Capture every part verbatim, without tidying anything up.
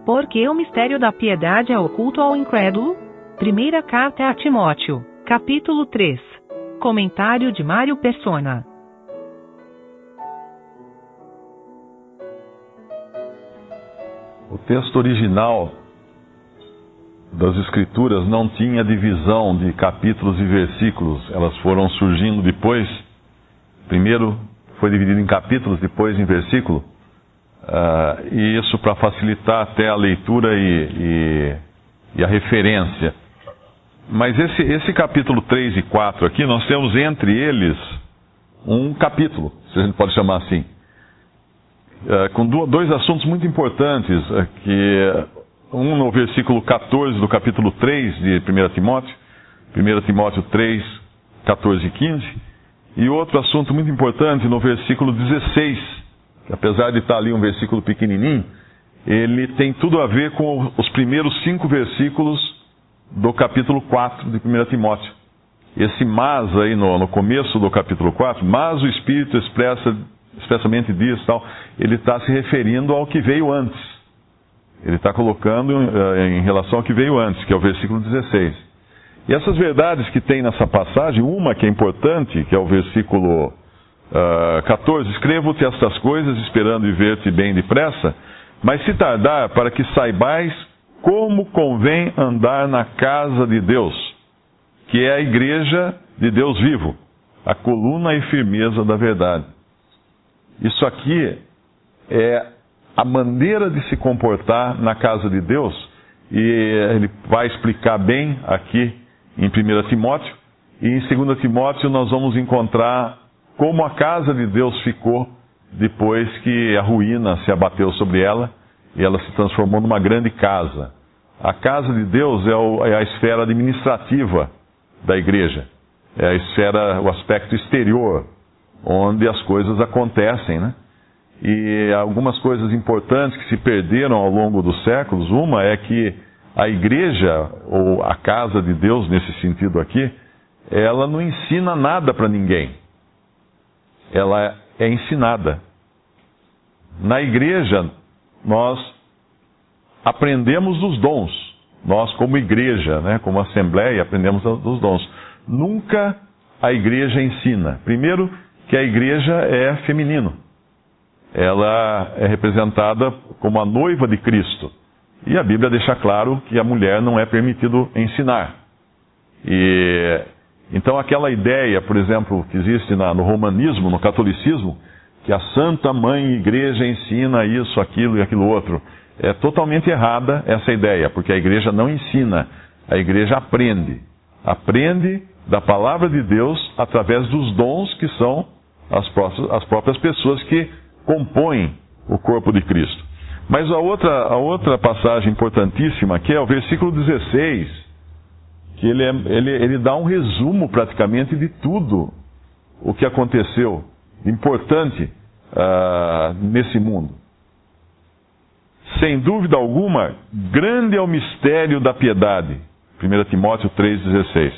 Porque o mistério da piedade é oculto ao incrédulo? Primeira carta a Timóteo, capítulo três. Comentário de Mário Persona. O texto original das Escrituras não tinha divisão de capítulos e versículos. Elas foram surgindo depois. Primeiro foi dividido em capítulos, depois em versículo. Uh, e isso para facilitar até a leitura e, e, e a referência. Mas esse, esse capítulo três e quatro aqui, nós temos entre eles um capítulo, se a gente pode chamar assim. Uh, com dois assuntos muito importantes, uh, que um no versículo catorze do capítulo três de primeira Timóteo, primeira Timóteo três, catorze e quinze, e outro assunto muito importante no versículo dezesseis, que apesar de estar ali um versículo pequenininho, ele tem tudo a ver com os primeiros cinco versículos do capítulo quatro de primeira Timóteo. Esse mas aí no, no começo do capítulo quatro, mas o Espírito expressa expressamente diz, tal, ele está se referindo ao que veio antes. Ele está colocando uh, em relação ao que veio antes, que é o versículo dezesseis. E essas verdades que tem nessa passagem, uma que é importante, que é o versículo uh, catorze, escrevo-te estas coisas, esperando e ver-te bem depressa, mas se tardar, para que saibais como convém andar na casa de Deus, que é a igreja de Deus vivo, a coluna e firmeza da verdade. Isso aqui é a maneira de se comportar na casa de Deus, e ele vai explicar bem aqui em primeira Timóteo, e em segunda Timóteo nós vamos encontrar como a casa de Deus ficou depois que a ruína se abateu sobre ela, e ela se transformou numa grande casa. A casa de Deus é, o, é a esfera administrativa da igreja, é a esfera, o aspecto exterior, onde as coisas acontecem, né? E algumas coisas importantes que se perderam ao longo dos séculos, uma é que a igreja, ou a casa de Deus nesse sentido aqui, ela não ensina nada para ninguém. Ela é ensinada. Na igreja, nós aprendemos dos dons. Nós, como igreja, né, como assembleia, aprendemos dos dons. Nunca a igreja ensina. Primeiro, que a igreja é feminino. Ela é representada como a noiva de Cristo. E a Bíblia deixa claro que a mulher não é permitido ensinar. E então aquela ideia, por exemplo, que existe na, no romanismo, no catolicismo, que a Santa Mãe Igreja ensina isso, aquilo e aquilo outro, é totalmente errada essa ideia, porque a igreja não ensina, a igreja aprende. Aprende da palavra de Deus através dos dons que são as próprias, as próprias pessoas que compõem o corpo de Cristo. Mas a outra, a outra passagem importantíssima aqui é o versículo dezesseis, que ele, é, ele, ele dá um resumo praticamente de tudo o que aconteceu importante uh, nesse mundo. Sem dúvida alguma, grande é o mistério da piedade. primeira Timóteo três, dezesseis.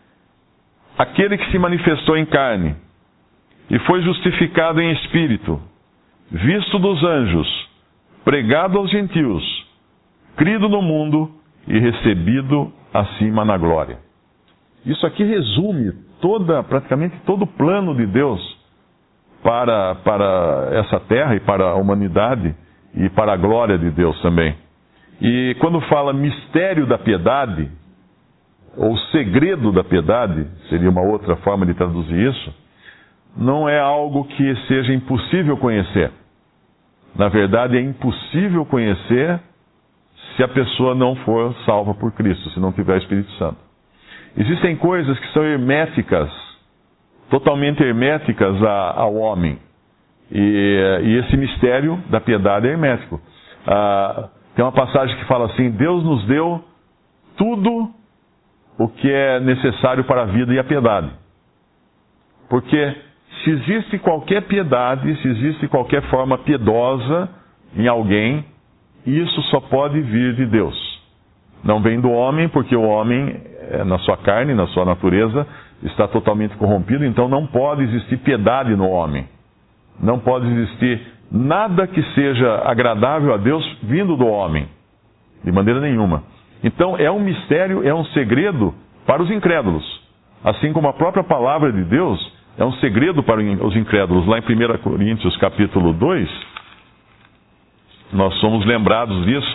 Aquele que se manifestou em carne e foi justificado em espírito, visto dos anjos, pregado aos gentios, crido no mundo e recebido acima na glória. Isso aqui resume toda, praticamente todo o plano de Deus para, para essa terra e para a humanidade e para a glória de Deus também. E quando fala mistério da piedade, ou segredo da piedade, seria uma outra forma de traduzir isso, não é algo que seja impossível conhecer. Na verdade, é impossível conhecer se a pessoa não for salva por Cristo, se não tiver o Espírito Santo. Existem coisas que são herméticas, totalmente herméticas a, ao homem. E, e esse mistério da piedade é hermético. Ah, tem uma passagem que fala assim: Deus nos deu tudo o que é necessário para a vida e a piedade. Porque se existe qualquer piedade, se existe qualquer forma piedosa em alguém, isso só pode vir de Deus. Não vem do homem, porque o homem, na sua carne, na sua natureza, está totalmente corrompido, então não pode existir piedade no homem. Não pode existir nada que seja agradável a Deus vindo do homem. De maneira nenhuma. Então, é um mistério, é um segredo para os incrédulos. Assim como a própria palavra de Deus é um segredo para os incrédulos. Lá em primeira Coríntios, capítulo dois, nós somos lembrados disso.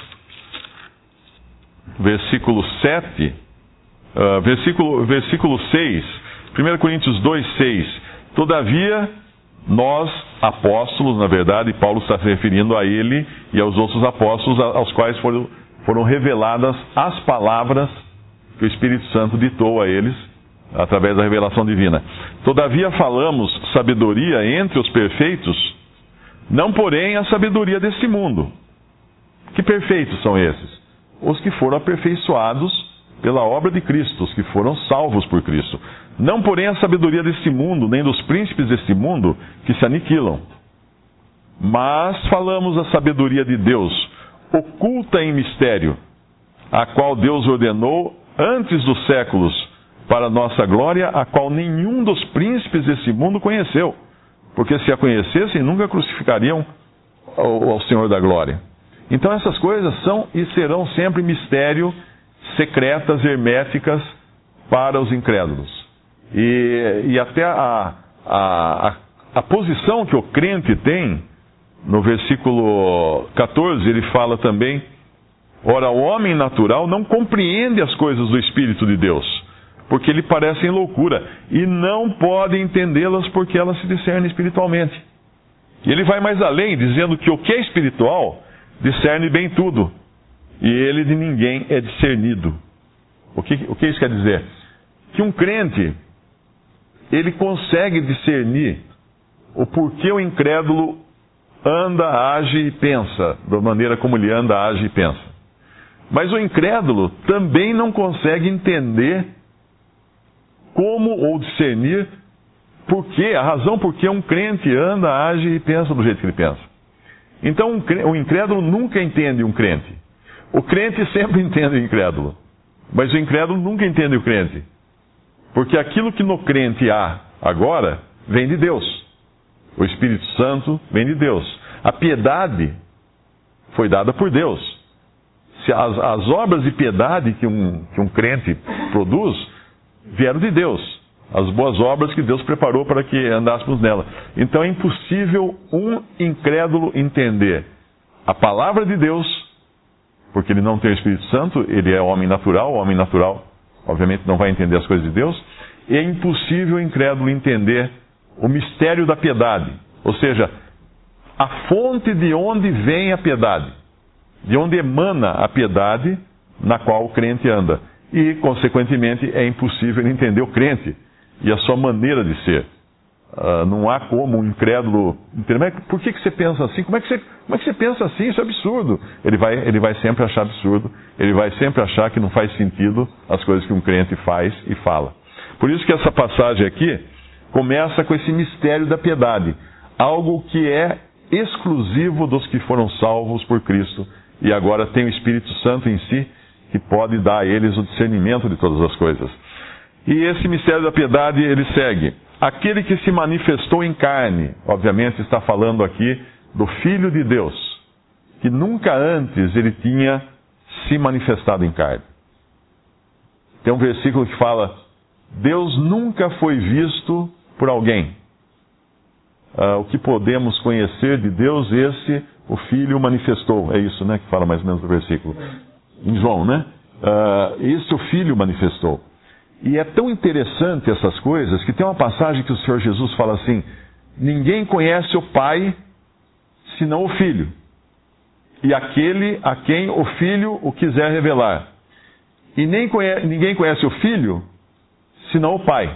Versículo sete, uh, versículo, versículo seis, primeira Coríntios dois, seis. Todavia, nós, apóstolos, na verdade, Paulo está se referindo a ele e aos outros apóstolos, aos quais foram, foram reveladas as palavras que o Espírito Santo ditou a eles, através da revelação divina. Todavia falamos sabedoria entre os perfeitos, não porém a sabedoria deste mundo. Que perfeitos são esses? Os que foram aperfeiçoados pela obra de Cristo, os que foram salvos por Cristo. Não porém a sabedoria deste mundo, nem dos príncipes deste mundo, que se aniquilam. Mas falamos a sabedoria de Deus, oculta em mistério, a qual Deus ordenou antes dos séculos, para nossa glória, a qual nenhum dos príncipes desse mundo conheceu. Porque se a conhecessem, nunca crucificariam ao, ao Senhor da glória. Então essas coisas são e serão sempre mistério, secretas, herméticas para os incrédulos. E, e até a, a, a, a posição que o crente tem, no versículo catorze, ele fala também: ora, o homem natural não compreende as coisas do Espírito de Deus, porque lhe parecem loucura, e não pode entendê-las porque elas se discernem espiritualmente. E ele vai mais além, dizendo que o que é espiritual discerne bem tudo, e ele de ninguém é discernido. O que, o que isso quer dizer? Que um crente, ele consegue discernir o porquê o incrédulo anda, age e pensa, da maneira como ele anda, age e pensa. Mas o incrédulo também não consegue entender como ou discernir porquê, a razão por que um crente anda, age e pensa do jeito que ele pensa. Então, um incrédulo nunca entende um crente. O crente sempre entende o incrédulo. Mas o incrédulo nunca entende o crente. Porque aquilo que no crente há agora, vem de Deus. O Espírito Santo vem de Deus. A piedade foi dada por Deus. Se as, as obras de piedade que um, que um crente produz, vieram de Deus. As boas obras que Deus preparou para que andássemos nela. Então é impossível um incrédulo entender a palavra de Deus, porque ele não tem o Espírito Santo, ele é homem natural, o homem natural obviamente não vai entender as coisas de Deus, e é impossível o incrédulo entender o mistério da piedade, ou seja, a fonte de onde vem a piedade, de onde emana a piedade na qual o crente anda. E, consequentemente, é impossível entender o crente e a sua maneira de ser. Uh, não há como um incrédulo entender. Mas por que, que você pensa assim? Como é que você, como é que você pensa assim? Isso é absurdo. Ele vai, ele vai sempre achar absurdo. Ele vai sempre achar que não faz sentido as coisas que um crente faz e fala. Por isso que essa passagem aqui começa com esse mistério da piedade. Algo que é exclusivo dos que foram salvos por Cristo. E agora tem o Espírito Santo em si, que pode dar a eles o discernimento de todas as coisas. E esse mistério da piedade, ele segue. Aquele que se manifestou em carne, obviamente está falando aqui do Filho de Deus, que nunca antes ele tinha se manifestado em carne. Tem um versículo que fala: Deus nunca foi visto por alguém. Uh, o que podemos conhecer de Deus, esse o Filho manifestou. É isso, né, que fala mais ou menos do versículo. Em João, né? Uh, esse o Filho manifestou. E é tão interessante essas coisas, que tem uma passagem que o Senhor Jesus fala assim: ninguém conhece o Pai, senão o Filho, e aquele a quem o Filho o quiser revelar. E nem conhece, ninguém conhece o Filho, senão o Pai.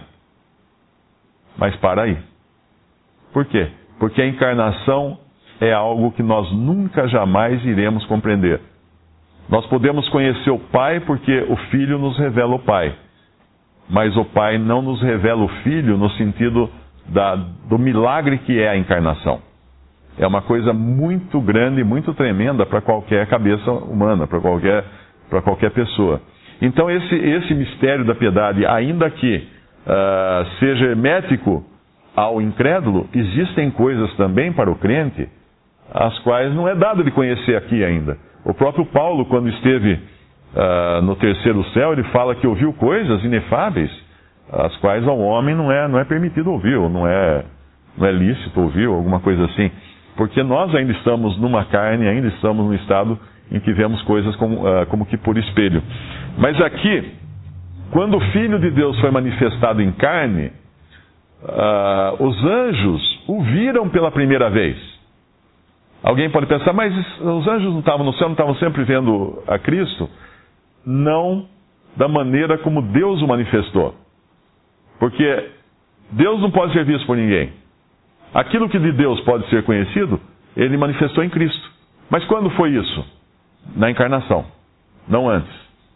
Mas para aí. Por quê? Porque a encarnação é algo que nós nunca, jamais iremos compreender. Nós podemos conhecer o Pai porque o Filho nos revela o Pai. Mas o Pai não nos revela o Filho no sentido da, do milagre que é a encarnação. É uma coisa muito grande, muito tremenda para qualquer cabeça humana, para qualquer, para qualquer pessoa. Então esse, esse mistério da piedade, ainda que uh, seja hermético ao incrédulo, existem coisas também para o crente, as quais não é dado de conhecer aqui ainda. O próprio Paulo, quando esteve uh, no terceiro céu, ele fala que ouviu coisas inefáveis, as quais ao homem não é, não é permitido ouvir, ou não é, não é lícito ouvir, ou alguma coisa assim. Porque nós ainda estamos numa carne, ainda estamos num estado em que vemos coisas como, uh, como que por espelho. Mas aqui, quando o Filho de Deus foi manifestado em carne, uh, os anjos o viram pela primeira vez. Alguém pode pensar, mas os anjos não estavam no céu, não estavam sempre vendo a Cristo? Não da maneira como Deus o manifestou. Porque Deus não pode ser visto por ninguém. Aquilo que de Deus pode ser conhecido, Ele manifestou em Cristo. Mas quando foi isso? Na encarnação, não antes.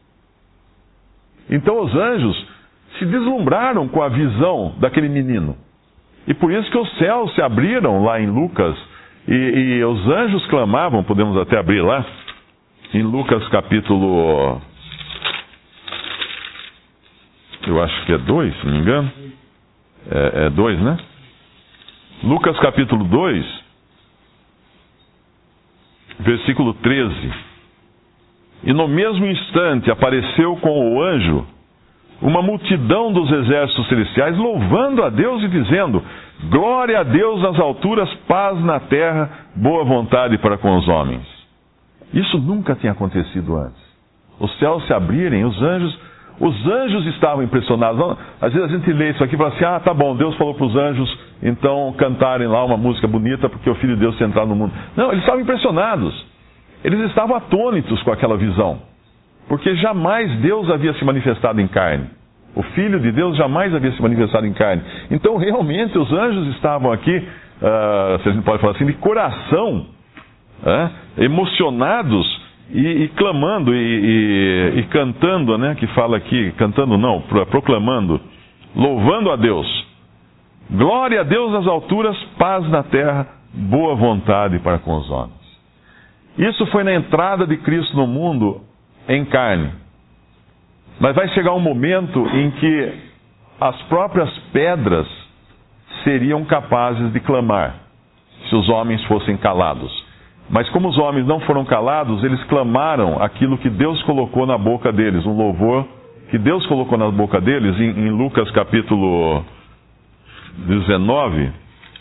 Então os anjos se deslumbraram com a visão daquele menino. E por isso que os céus se abriram lá em Lucas, e, e os anjos clamavam, podemos até abrir lá, em Lucas capítulo... Eu acho que é dois, se não me engano. É dois, né? Lucas capítulo dois, versículo treze. E no mesmo instante apareceu com o anjo uma multidão dos exércitos celestiais, louvando a Deus e dizendo: glória a Deus nas alturas, paz na terra, boa vontade para com os homens. Isso nunca tinha acontecido antes. Os céus se abrirem, os anjos, os anjos estavam impressionados. Às vezes a gente lê isso aqui e fala assim: ah, tá bom, Deus falou para os anjos então cantarem lá uma música bonita porque o Filho de Deus tinha entrado no mundo. Não, eles estavam impressionados. Eles estavam atônitos com aquela visão. Porque jamais Deus havia se manifestado em carne. O Filho de Deus jamais havia se manifestado em carne. Então, realmente, os anjos estavam aqui, uh, se a gente pode falar assim, de coração, uh, emocionados e, e clamando e, e, e cantando, né, que fala aqui, cantando não, proclamando, louvando a Deus. Glória a Deus nas alturas, paz na terra, boa vontade para com os homens. Isso foi na entrada de Cristo no mundo em carne. Mas vai chegar um momento em que as próprias pedras seriam capazes de clamar, se os homens fossem calados. Mas como os homens não foram calados, eles clamaram aquilo que Deus colocou na boca deles, um louvor que Deus colocou na boca deles, em, em Lucas capítulo dezenove,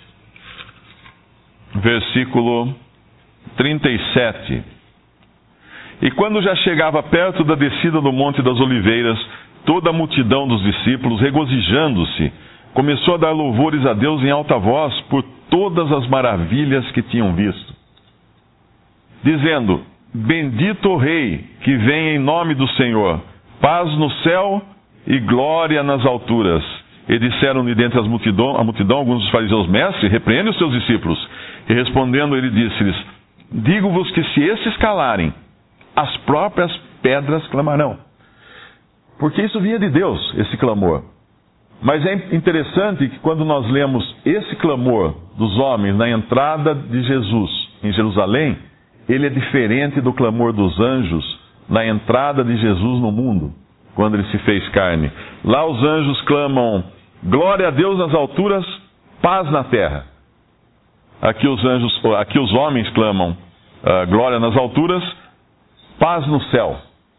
versículo trinta e sete. E quando já chegava perto da descida do Monte das Oliveiras, toda a multidão dos discípulos, regozijando-se, começou a dar louvores a Deus em alta voz por todas as maravilhas que tinham visto, dizendo: bendito o Rei que vem em nome do Senhor, paz no céu e glória nas alturas. E disseram-lhe dentre as multidão, a multidão alguns dos fariseus: mestre, repreende os seus discípulos. E respondendo ele disse-lhes: digo-vos que se esses calarem, as próprias pedras clamarão. Porque isso vinha de Deus, esse clamor. Mas é interessante que quando nós lemos esse clamor dos homens na entrada de Jesus em Jerusalém, ele é diferente do clamor dos anjos na entrada de Jesus no mundo, quando ele se fez carne. Lá os anjos clamam: glória a Deus nas alturas, paz na terra. Aqui os anjos, aqui os homens clamam uh, glória nas alturas, paz no céu.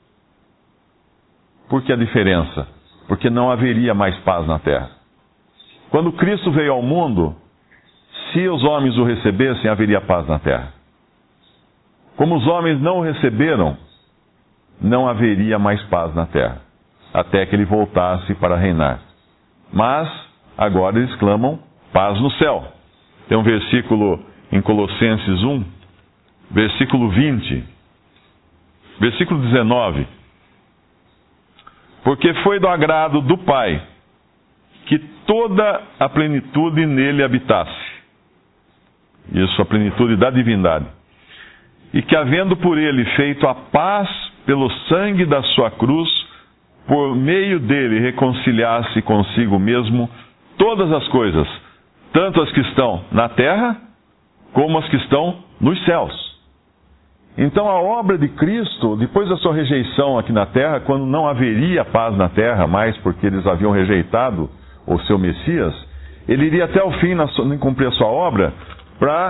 Por que a diferença? Porque não haveria mais paz na terra. Quando Cristo veio ao mundo, se os homens o recebessem, haveria paz na terra. Como os homens não o receberam, não haveria mais paz na terra, até que ele voltasse para reinar. Mas, agora eles clamam paz no céu. Tem um versículo em Colossenses um, versículo vinte, versículo dezenove. Porque foi do agrado do Pai que toda a plenitude nele habitasse. Isso, a plenitude da divindade. E que, havendo por ele feito a paz pelo sangue da sua cruz, por meio dele reconciliasse consigo mesmo todas as coisas, tanto as que estão na terra, como as que estão nos céus. Então a obra de Cristo, depois da sua rejeição aqui na terra, quando não haveria paz na terra mais, porque eles haviam rejeitado o seu Messias, ele iria até o fim em cumprir a sua obra, para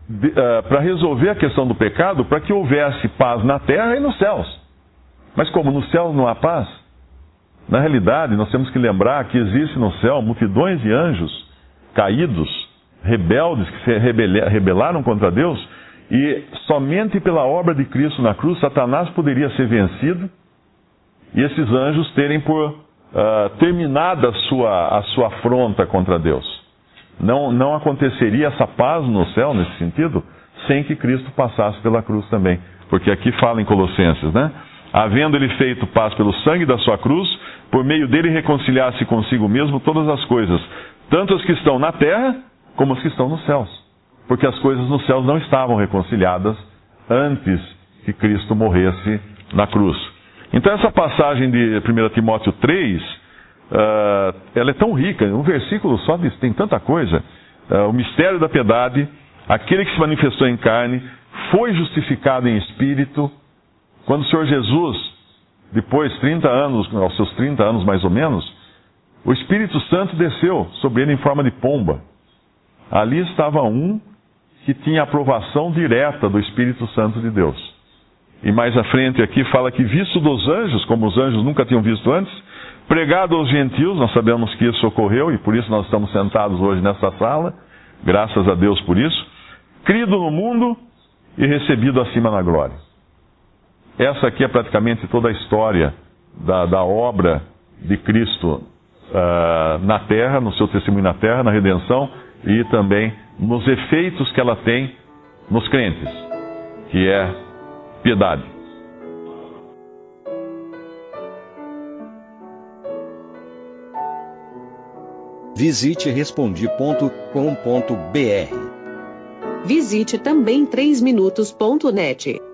uh, para resolver a questão do pecado, para que houvesse paz na terra e nos céus. Mas como nos céus não há paz, na realidade nós temos que lembrar que existe no céu multidões de anjos caídos, rebeldes, que se rebelaram contra Deus, e somente pela obra de Cristo na cruz, Satanás poderia ser vencido e esses anjos terem por uh, terminada a sua, a sua afronta contra Deus. Não, não aconteceria essa paz no céu, nesse sentido, sem que Cristo passasse pela cruz também. Porque aqui fala em Colossenses, né? Havendo ele feito paz pelo sangue da sua cruz, por meio dele reconciliar-se consigo mesmo todas as coisas, tanto as que estão na terra, como as que estão nos céus. Porque as coisas nos céus não estavam reconciliadas antes que Cristo morresse na cruz. Então essa passagem de primeiro Timóteo três, uh, ela é tão rica, um versículo só diz, tem tanta coisa. Uh, o mistério da piedade, aquele que se manifestou em carne, foi justificado em espírito. Quando o Senhor Jesus, depois, trinta anos, aos seus trinta anos mais ou menos, o Espírito Santo desceu sobre ele em forma de pomba. Ali estava um que tinha aprovação direta do Espírito Santo de Deus. E mais à frente aqui fala que visto dos anjos, como os anjos nunca tinham visto antes, pregado aos gentios, nós sabemos que isso ocorreu e por isso nós estamos sentados hoje nesta sala, graças a Deus por isso, crido no mundo e recebido acima na glória. Essa aqui é praticamente toda a história da, da obra de Cristo uh, na terra, no seu testemunho na terra, na redenção, e também nos efeitos que ela tem nos crentes, que é piedade. Visite respondi ponto com ponto br. Visite também três minutos ponto net.